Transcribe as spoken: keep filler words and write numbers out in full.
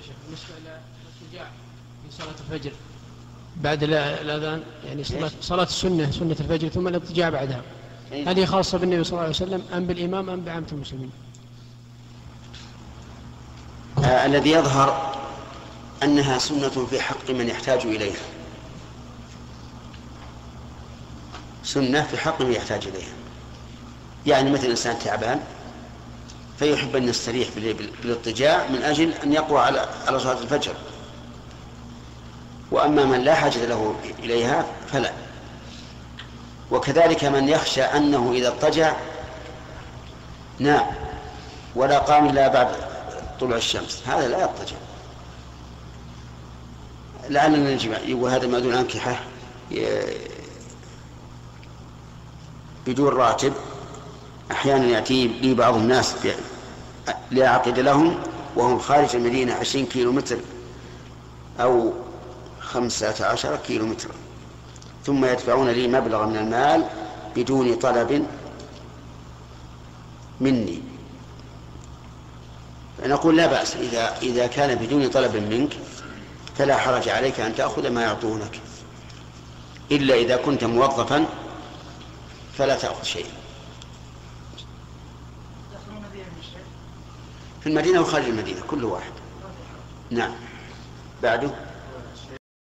بالنسبة إلى الارتجاع في صلاة الفجر بعد الأذان، يعني صلاة, صلاة السنة سنة الفجر ثم الارتجاع بعدها، هل هي خاصة بالنبي صلى الله عليه وسلم أم بالإمام أم بعامة المسلمين؟ آه الذي يظهر أنها سنة في حق من يحتاج إليها، سنة في حق من يحتاج إليها. يعني مثل إنسان تعبان فيحب أن يستريح بالاضطجاع من أجل أن يقوى على على صلاة الفجر، وأما من لا حاجة له إليها فلا. وكذلك من يخشى أنه إذا اضطجع نام ولا قام إلا بعد طلوع الشمس، هذا لا يضطجع. لعلنا نجمع، وهذا ما دون أنكحة بدون راتب أحيانا يأتي لي بعض الناس لأعقد لهم وهم خارج المدينة عشرين كيلو متر أو خمسة عشر كيلو متر، ثم يدفعون لي مبلغ من المال بدون طلب مني. فنقول لا بأس، إذا, إذا كان بدون طلب منك فلا حرج عليك أن تأخذ ما يعطونك، إلا إذا كنت موظفا فلا تأخذ شيء. في المدينة وخارج المدينة كل واحد. نعم. بعده